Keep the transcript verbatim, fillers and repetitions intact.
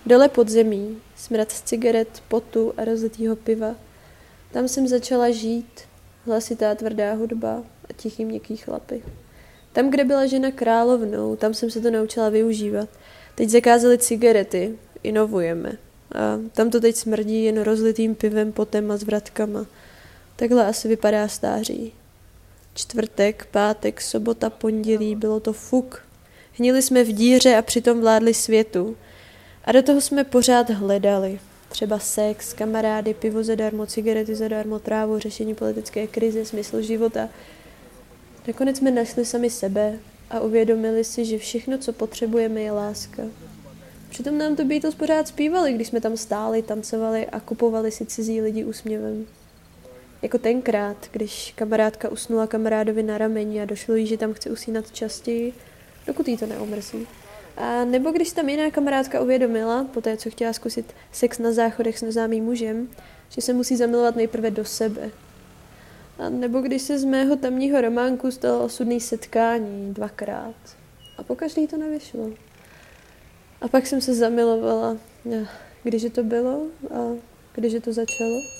Dole pod zemí, smrad z cigaret, potu a rozlitýho piva. Tam jsem začala žít, hlasitá tvrdá hudba a tichý měkký chlapy. Tam, kde byla žena královnou, tam jsem se to naučila využívat. Teď zakázali cigarety, inovujeme. A tam to teď smrdí jen rozlitým pivem, potem a zvratkama. Takhle asi vypadá stáří. Čtvrtek, pátek, sobota, pondělí, bylo to fuk. Hnili jsme v díře a přitom vládli světu. A do toho jsme pořád hledali. Třeba sex, kamarády, pivo zadarmo, cigarety zadarmo, trávu, řešení politické krize, smysl života. Nakonec jsme našli sami sebe a uvědomili si, že všechno, co potřebujeme, je láska. Přitom nám to Beatles pořád zpívali, když jsme tam stáli, tancovali a kupovali si cizí lidi úsměvem. Jako tenkrát, když kamarádka usnula kamarádovi na rameni a došlo jí, že tam chce usínat častěji, dokud jí to neomrzí. A nebo když tam jiná kamarádka uvědomila, poté co chtěla zkusit sex na záchodech s neznámým mužem, že se musí zamilovat nejprve do sebe. A nebo když se z mého tamního románku stalo osudný setkání dvakrát. A pokaždý to nevyšlo. A pak jsem se zamilovala. Když to bylo a když to začalo.